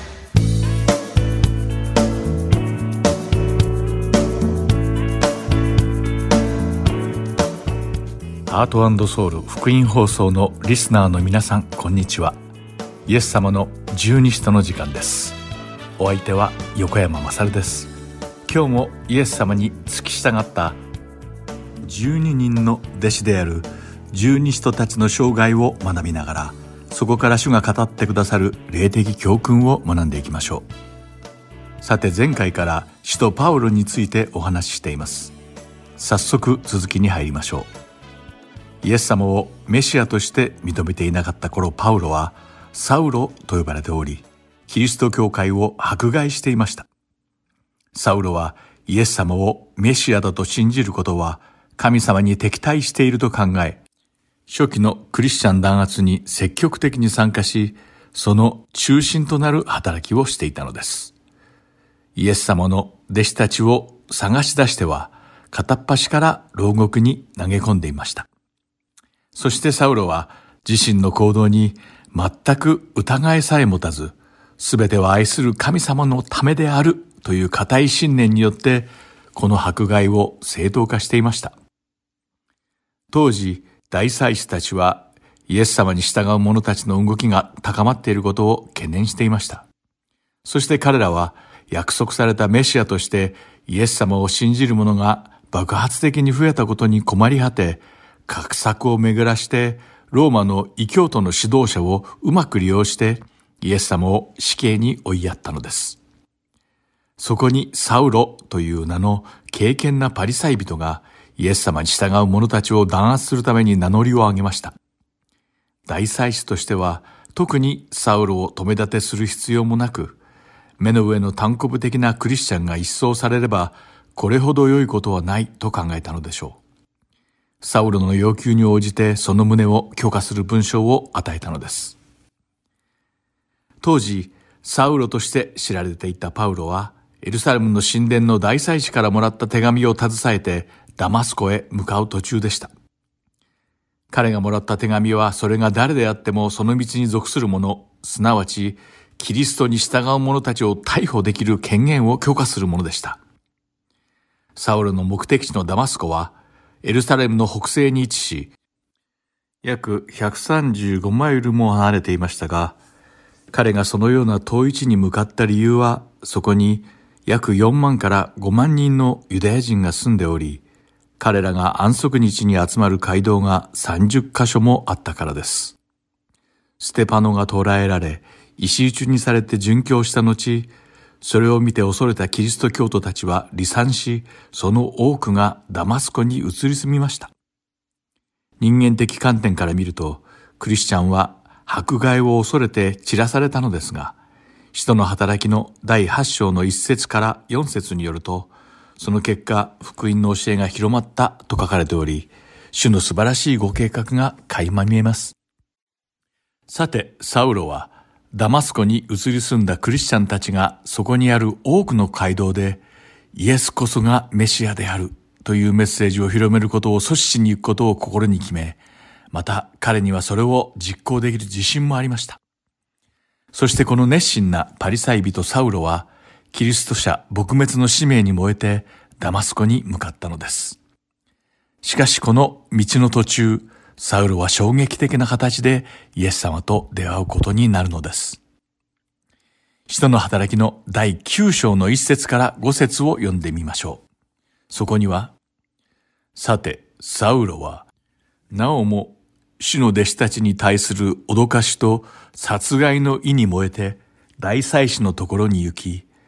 [SPEAKER 5] ハート&ソウル福音放送のリスナーの皆さん、こんにちは。イエス様の十二使徒の時間です。お相手は横山勝です。今日もイエス様に付き従ったじゅうににんの弟子である十二使徒たちの生涯を学びながら、そこから主が語ってくださる霊的教訓を学んでいきましょう。さて、前回から使徒パウロについてお話ししています。早速続きに入りましょう。イエス様をメシアとして認めていなかった頃、パウロはサウロと呼ばれており、キリスト教会を迫害していました。サウロはイエス様をメシアだと信じることは神様に敵対していると考え、初期のクリスチャン弾圧に積極的に参加し、その中心となる働きをしていたのです。イエス様の弟子たちを探し出しては、片っ端から牢獄に投げ込んでいました。そしてサウロは自身の行動に全く疑いさえ持たず、すべては愛する神様のためであるという固い信念によって、この迫害を正当化していました。当時、大祭司たちはイエス様に従う者たちの動きが高まっていることを懸念していました。そして彼らは約束されたメシアとしてイエス様を信じる者が爆発的に増えたことに困り果て、画策を巡らしてローマの異教徒の指導者をうまく利用してイエス様を死刑に追いやったのです。そこにサウロという名の敬虔なパリサイ人がイエス様に従う者たちを弾圧するために名乗りを上げました。大祭司としては特にサウロを止め立てする必要もなく、目の上の単行部的なクリスチャンが一掃されればこれほど良いことはないと考えたのでしょう。サウロの要求に応じてその旨を許可する文章を与えたのです。当時、サウロとして知られていたパウロは、エルサレムの神殿の大祭司からもらった手紙を携えてダマスコへ向かう途中でした。彼がもらった手紙は、それが誰であってもその道に属する者、すなわちキリストに従う者たちを逮捕できる権限を許可するものでした。サウロの目的地のダマスコは、エルサレムの北西に位置し、約ひゃくさんじゅうごマイルも離れていましたが、彼がそのような遠い地に向かった理由は、そこに約よんまんからごまんにんのユダヤ人が住んでおり、彼らが安息日に集まる街道がさんじゅっかしょもあったからです。ステパノが捕らえられ、石打ちにされて殉教した後、それを見て恐れたキリスト教徒たちは離散し、その多くがダマスコに移り住みました。人間的観点から見ると、クリスチャンは迫害を恐れて散らされたのですが、使徒の働きのだいはち章のいっ節からよん節によると、その結果、福音の教えが広まったと書かれており、主の素晴らしいご計画が垣間見えます。さて、サウロはダマスコに移り住んだクリスチャンたちがそこにある多くの街道で、イエスこそがメシアであるというメッセージを広めることを阻止しに行くことを心に決め、また彼にはそれを実行できる自信もありました。そしてこの熱心なパリサイ人サウロは、キリスト者撲滅の使命に燃えてダマスコに向かったのです。しかしこの道の途中、サウロは衝撃的な形でイエス様と出会うことになるのです。使徒の働きのだいきゅう章のいっ節からご節を読んでみましょう。そこには、さて、サウロは、なおも主の弟子たちに対する脅かしと殺害の意に燃えて大祭司のところに行き、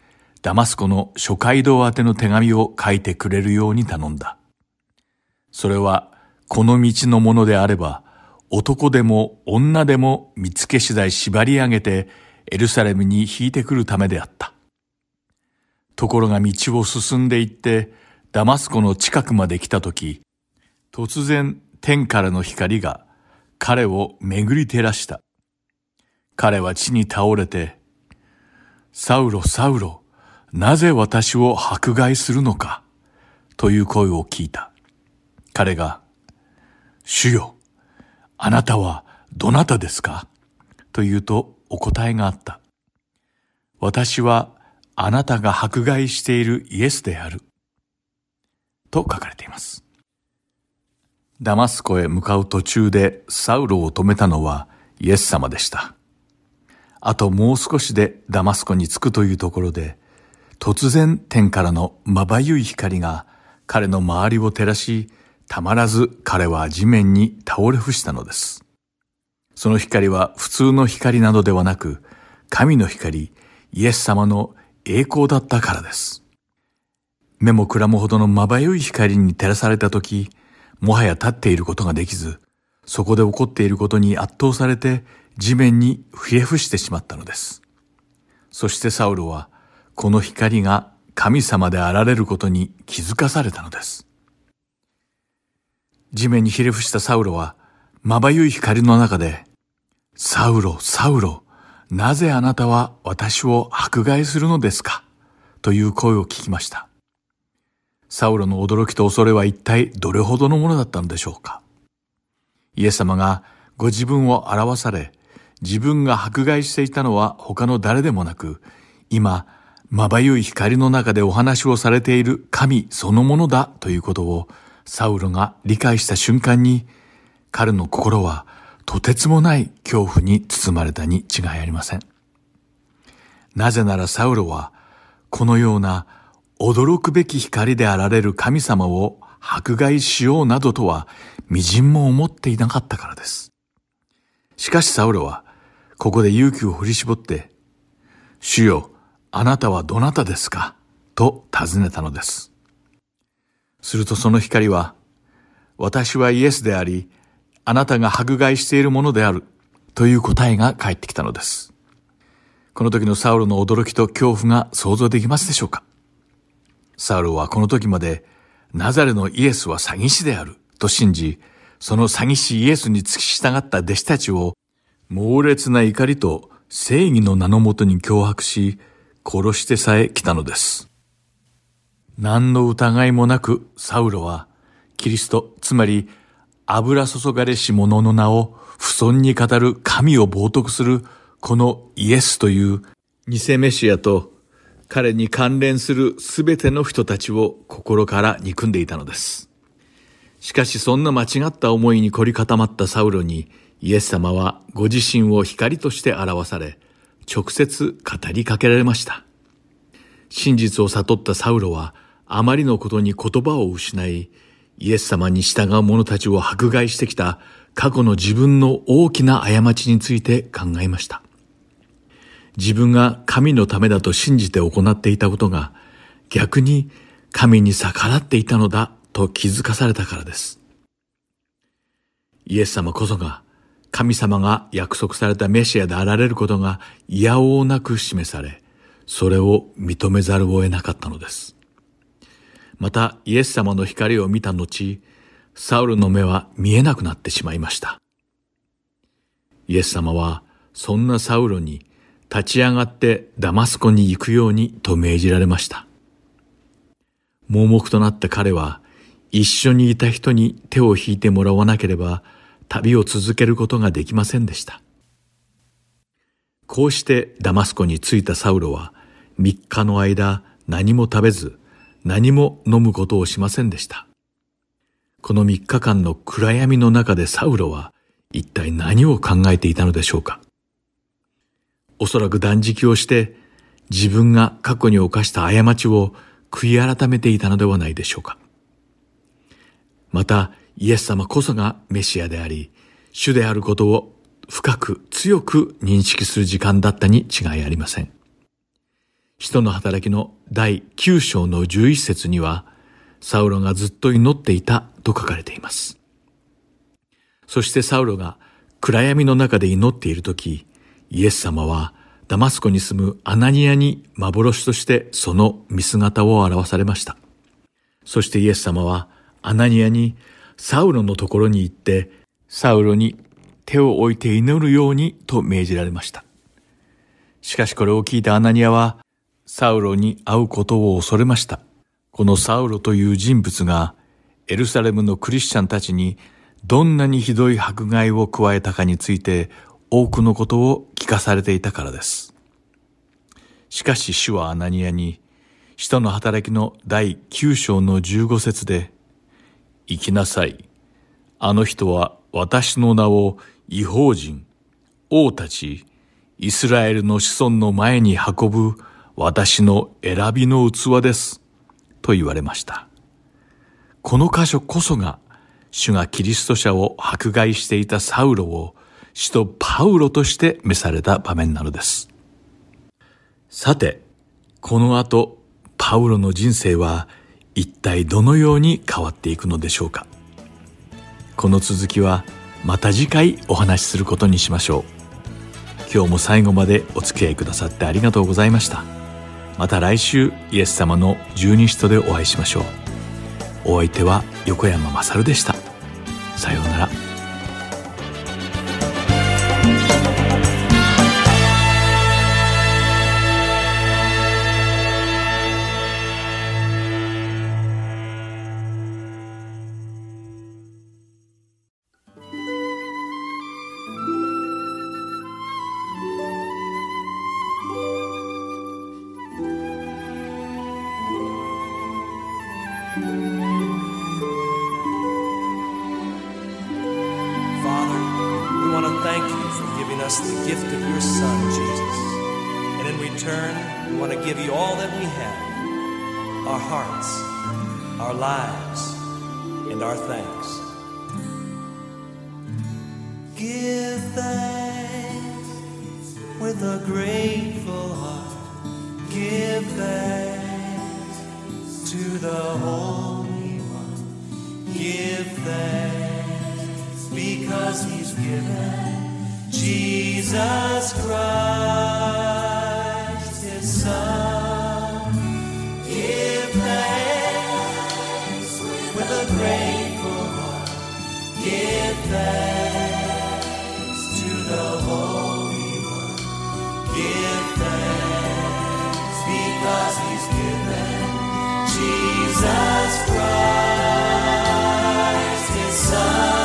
[SPEAKER 5] ダマスコの諸街道宛ての手紙を書いてくれるように頼んだ。それはこの道のものであれば、男でも女でも見つけ次第縛り上げてエルサレムに引いてくるためであった。ところが道を進んでいってダマスコの近くまで来たとき、突然天からの光が彼を巡り照らした。彼は地に倒れて、サウロ、サウロ、なぜ私を迫害するのか、という声を聞いた。彼が、主よ、あなたはどなたですかと言うとお答えがあった。私はあなたが迫害しているイエスである。と書かれています。ダマスコへ向かう途中でサウロを止めたのはイエス様でした。あともう少しでダマスコに着くというところで、突然天からのまばゆい光が彼の周りを照らし、たまらず彼は地面に倒れ伏したのです。その光は普通の光などではなく、神の光、イエス様の栄光だったからです。目もくらむほどのまばゆい光に照らされたとき、もはや立っていることができず、そこで起こっていることに圧倒されて地面にひれ伏してしまったのです。そしてサウロはこの光が神様であられることに気づかされたのです。地面にひれ伏したサウロはまばゆい光の中で、サウロ、サウロ、なぜあなたは私を迫害するのですかという声を聞きました。サウロの驚きと恐れは一体どれほどのものだったのでしょうか。イエス様がご自分を表され、自分が迫害していたのは他の誰でもなく、今、まばゆい光の中でお話をされている神そのものだということをサウロが理解した瞬間に、彼の心はとてつもない恐怖に包まれたに違いありません。なぜならサウロはこのような驚くべき光であられる神様を迫害しようなどとはみじんも思っていなかったからです。しかしサウロはここで勇気を振り絞って、主よ、あなたはどなたですかと尋ねたのです。するとその光は、私はイエスであり、あなたが迫害しているものであるという答えが返ってきたのです。この時のサウロの驚きと恐怖が想像できますでしょうか。サウロはこの時までナザレのイエスは詐欺師であると信じ、その詐欺師イエスに付き従った弟子たちを猛烈な怒りと正義の名のもとに脅迫し、殺してさえ来たのです。何の疑いもなくサウロはキリスト、つまり油注がれし者の名を不遜に語る神を冒涜するこのイエスという偽メシアと彼に関連するすべての人たちを心から憎んでいたのです。しかしそんな間違った思いに凝り固まったサウロにイエス様はご自身を光として表され、直接語りかけられました。真実を悟ったサウロはあまりのことに言葉を失い、イエス様に従う者たちを迫害してきた過去の自分の大きな過ちについて考えました。自分が神のためだと信じて行っていたことが逆に神に逆らっていたのだと気づかされたからです。イエス様こそが神様が約束されたメシアであられることがいやおうなく示され、それを認めざるを得なかったのです。またイエス様の光を見た後、サウルの目は見えなくなってしまいました。イエス様はそんなサウロに立ち上がってダマスコに行くようにと命じられました。盲目となった彼は一緒にいた人に手を引いてもらわなければ旅を続けることができませんでした。こうしてダマスコに着いたサウロは三日の間何も食べず何も飲むことをしませんでした。この三日間の暗闇の中でサウロは一体何を考えていたのでしょうか。おそらく断食をして自分が過去に犯した過ちを悔い改めていたのではないでしょうか。またイエス様こそがメシアであり主であることを深く強く認識する時間だったに違いありません。 使徒の働きのだいきゅう章のじゅういち節には、サウロがずっと祈っていたと書かれています。そしてサウロが暗闇の中で祈っているとき、イエス様はダマスコに住むアナニアに幻としてその見姿を表されました。そしてイエス様はアナニアにサウロのところに行って、サウロに手を置いて祈るようにと命じられました。しかしこれを聞いたアナニアは、サウロに会うことを恐れました。このサウロという人物がエルサレムのクリスチャンたちにどんなにひどい迫害を加えたかについて多くのことを聞かされていたからです。しかし主はアナニアに、使徒の働きのだいきゅう章のじゅうご節で、行きなさい。あの人は私の名を異邦人、王たち、イスラエルの子孫の前に運ぶ私の選びの器です。と言われました。この箇所こそが、主がキリスト者を迫害していたサウロを使徒パウロとして召された場面なのです。さて、この後、パウロの人生は一体どのように変わっていくのでしょうか。この続きはまた次回お話しすることにしましょう。今日も最後までお付き合いくださってありがとうございました。また来週イエス様の十二使徒でお会いしましょう。お相手は横山まさるでした。さようなら。
[SPEAKER 6] The gift of your Son, Jesus. And in return, we want to give you all that we have, our hearts, our lives, and our thanks. Give thanks with a grateful heart. Give thanks to the Holy One. Give thanks because He's given Jesus Christ, His Son. Give thanks with a grateful heart. Give thanks to the Holy One. Give thanks because He's given Jesus Christ, His Son.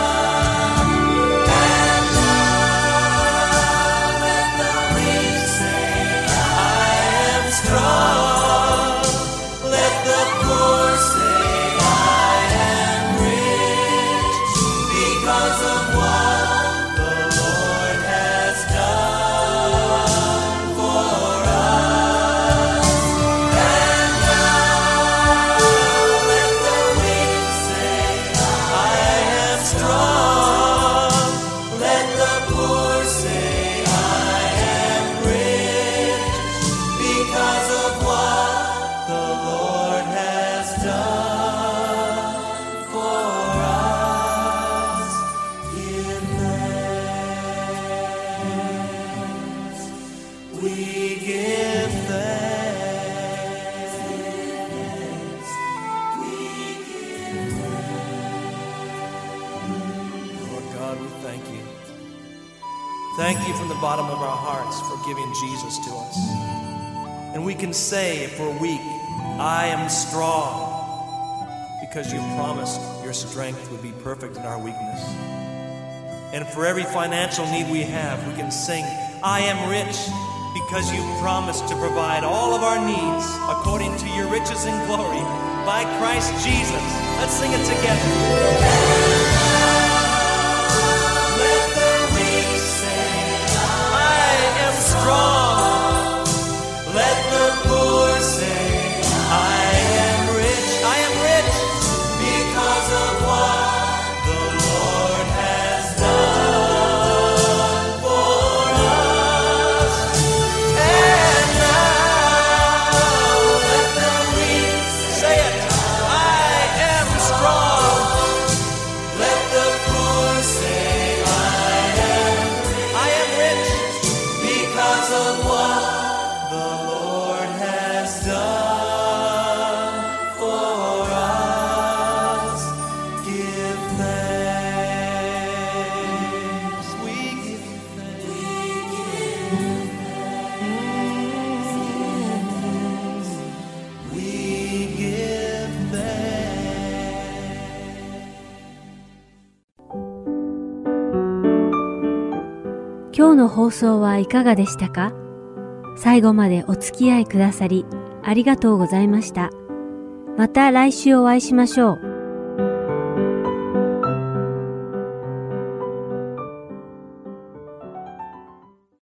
[SPEAKER 6] Thank you from the bottom of our hearts for giving Jesus to us. And we can say, if we're weak, I am strong, because you promised your strength would be perfect in our weakness. And for every financial need we have, we can sing, I am rich, because you promised to provide all of our needs according to your riches and glory by Christ Jesus. Let's sing it together. Strong. Let the poor say, I am rich, I am rich, because of what the Lord has done for us. And now done for us. Give thanks. We give you thanks. We give thanks.
[SPEAKER 1] 今日の放送はいかがでしたか？最後までお付き合いくださりありがとうございました。また来週お会いしましょう。